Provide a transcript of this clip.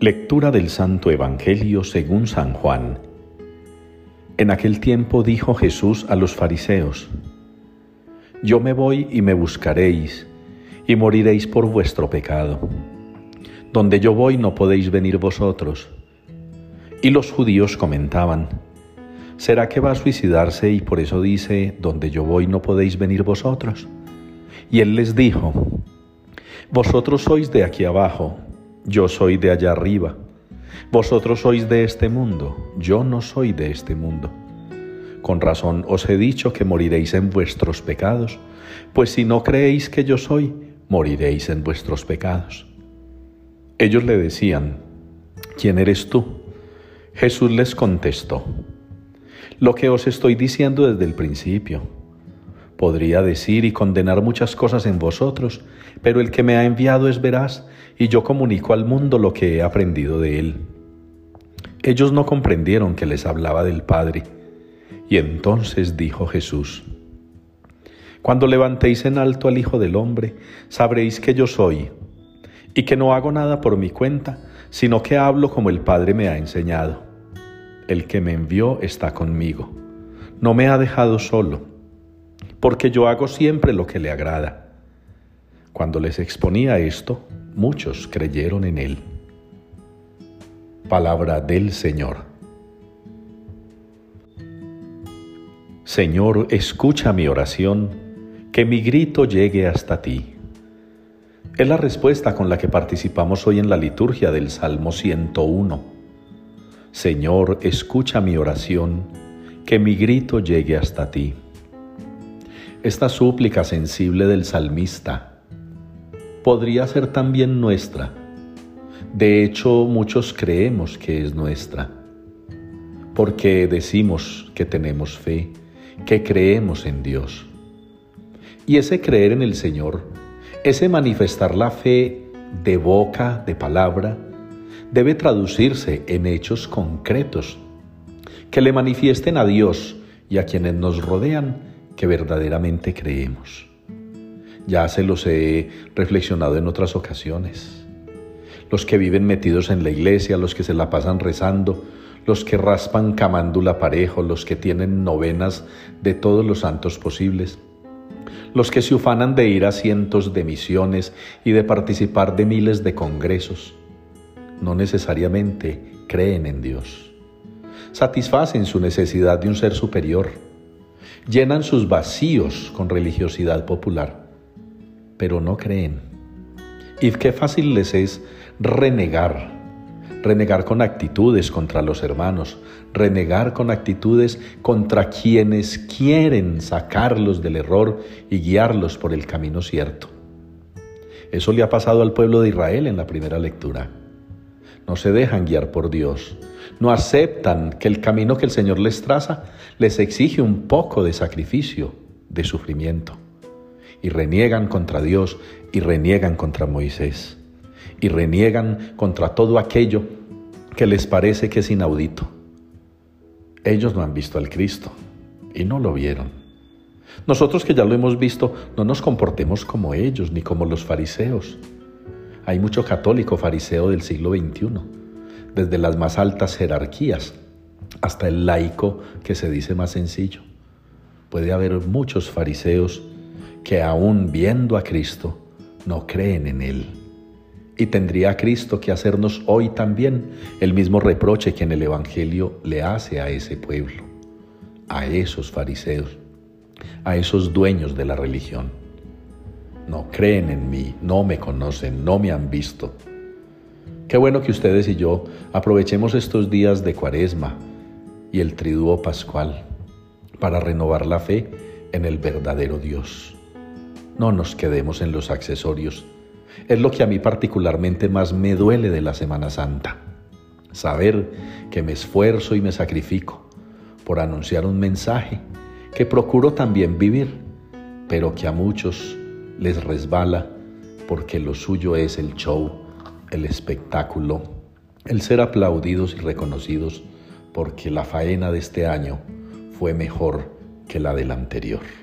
Lectura del Santo Evangelio según San Juan. En aquel tiempo dijo Jesús a los fariseos: Yo me voy y me buscaréis, y moriréis por vuestro pecado. Donde yo voy no podéis venir vosotros. Y los judíos comentaban: ¿Será que va a suicidarse y por eso dice, donde yo voy no podéis venir vosotros? Y él les dijo: Vosotros sois de aquí abajo, yo soy de allá arriba. Vosotros sois de este mundo, yo no soy de este mundo. Con razón os he dicho que moriréis en vuestros pecados, pues si no creéis que yo soy, moriréis en vuestros pecados. Ellos le decían: ¿Quién eres tú? Jesús les contestó: Lo que os estoy diciendo desde el principio. Podría decir y condenar muchas cosas en vosotros, pero el que me ha enviado es veraz, y yo comunico al mundo lo que he aprendido de él. Ellos no comprendieron que les hablaba del Padre. Y entonces dijo Jesús: Cuando levantéis en alto al Hijo del Hombre, sabréis que yo soy, y que no hago nada por mi cuenta, sino que hablo como el Padre me ha enseñado. El que me envió está conmigo. No me ha dejado solo, porque yo hago siempre lo que le agrada. Cuando les exponía esto, muchos creyeron en él. Palabra del Señor. Señor, escucha mi oración, que mi grito llegue hasta ti. Es la respuesta con la que participamos hoy en la liturgia del Salmo 101. Señor, escucha mi oración, que mi grito llegue hasta ti. Esta súplica sensible del salmista podría ser también nuestra. De hecho, muchos creemos que es nuestra, porque decimos que tenemos fe, que creemos en Dios. Y ese creer en el Señor, ese manifestar la fe de boca, de palabra, debe traducirse en hechos concretos que le manifiesten a Dios y a quienes nos rodean que verdaderamente creemos. Ya se los he reflexionado en otras ocasiones. Los que viven metidos en la iglesia, los que se la pasan rezando, los que raspan camándula parejo, los que tienen novenas de todos los santos posibles, los que se ufanan de ir a cientos de misiones y de participar de miles de congresos, no necesariamente creen en Dios. Satisfacen su necesidad de un ser superior, llenan sus vacíos con religiosidad popular, pero no creen. Y qué fácil les es renegar con actitudes contra los hermanos, renegar con actitudes contra quienes quieren sacarlos del error y guiarlos por el camino cierto. Eso le ha pasado al pueblo de Israel en la primera lectura. No se dejan guiar por Dios, no aceptan que el camino que el Señor les traza les exige un poco de sacrificio, de sufrimiento. Y reniegan contra Dios, y reniegan contra Moisés, y reniegan contra todo aquello que les parece que es inaudito. Ellos no han visto al Cristo, y no lo vieron. Nosotros que ya lo hemos visto, no nos comportemos como ellos, ni como los fariseos. Hay mucho católico fariseo del siglo XXI, desde las más altas jerarquías hasta el laico que se dice más sencillo. Puede haber muchos fariseos que aún viendo a Cristo no creen en Él. Y tendría Cristo que hacernos hoy también el mismo reproche que en el Evangelio le hace a ese pueblo, a esos fariseos, a esos dueños de la religión. No creen en mí, no me conocen, no me han visto. Qué bueno que ustedes y yo aprovechemos estos días de Cuaresma y el Triduo Pascual para renovar la fe en el verdadero Dios. No nos quedemos en los accesorios. Es lo que a mí particularmente más me duele de la Semana Santa. Saber que me esfuerzo y me sacrifico por anunciar un mensaje que procuro también vivir, pero que a muchos les resbala porque lo suyo es el show, el espectáculo, el ser aplaudidos y reconocidos porque la faena de este año fue mejor que la del anterior.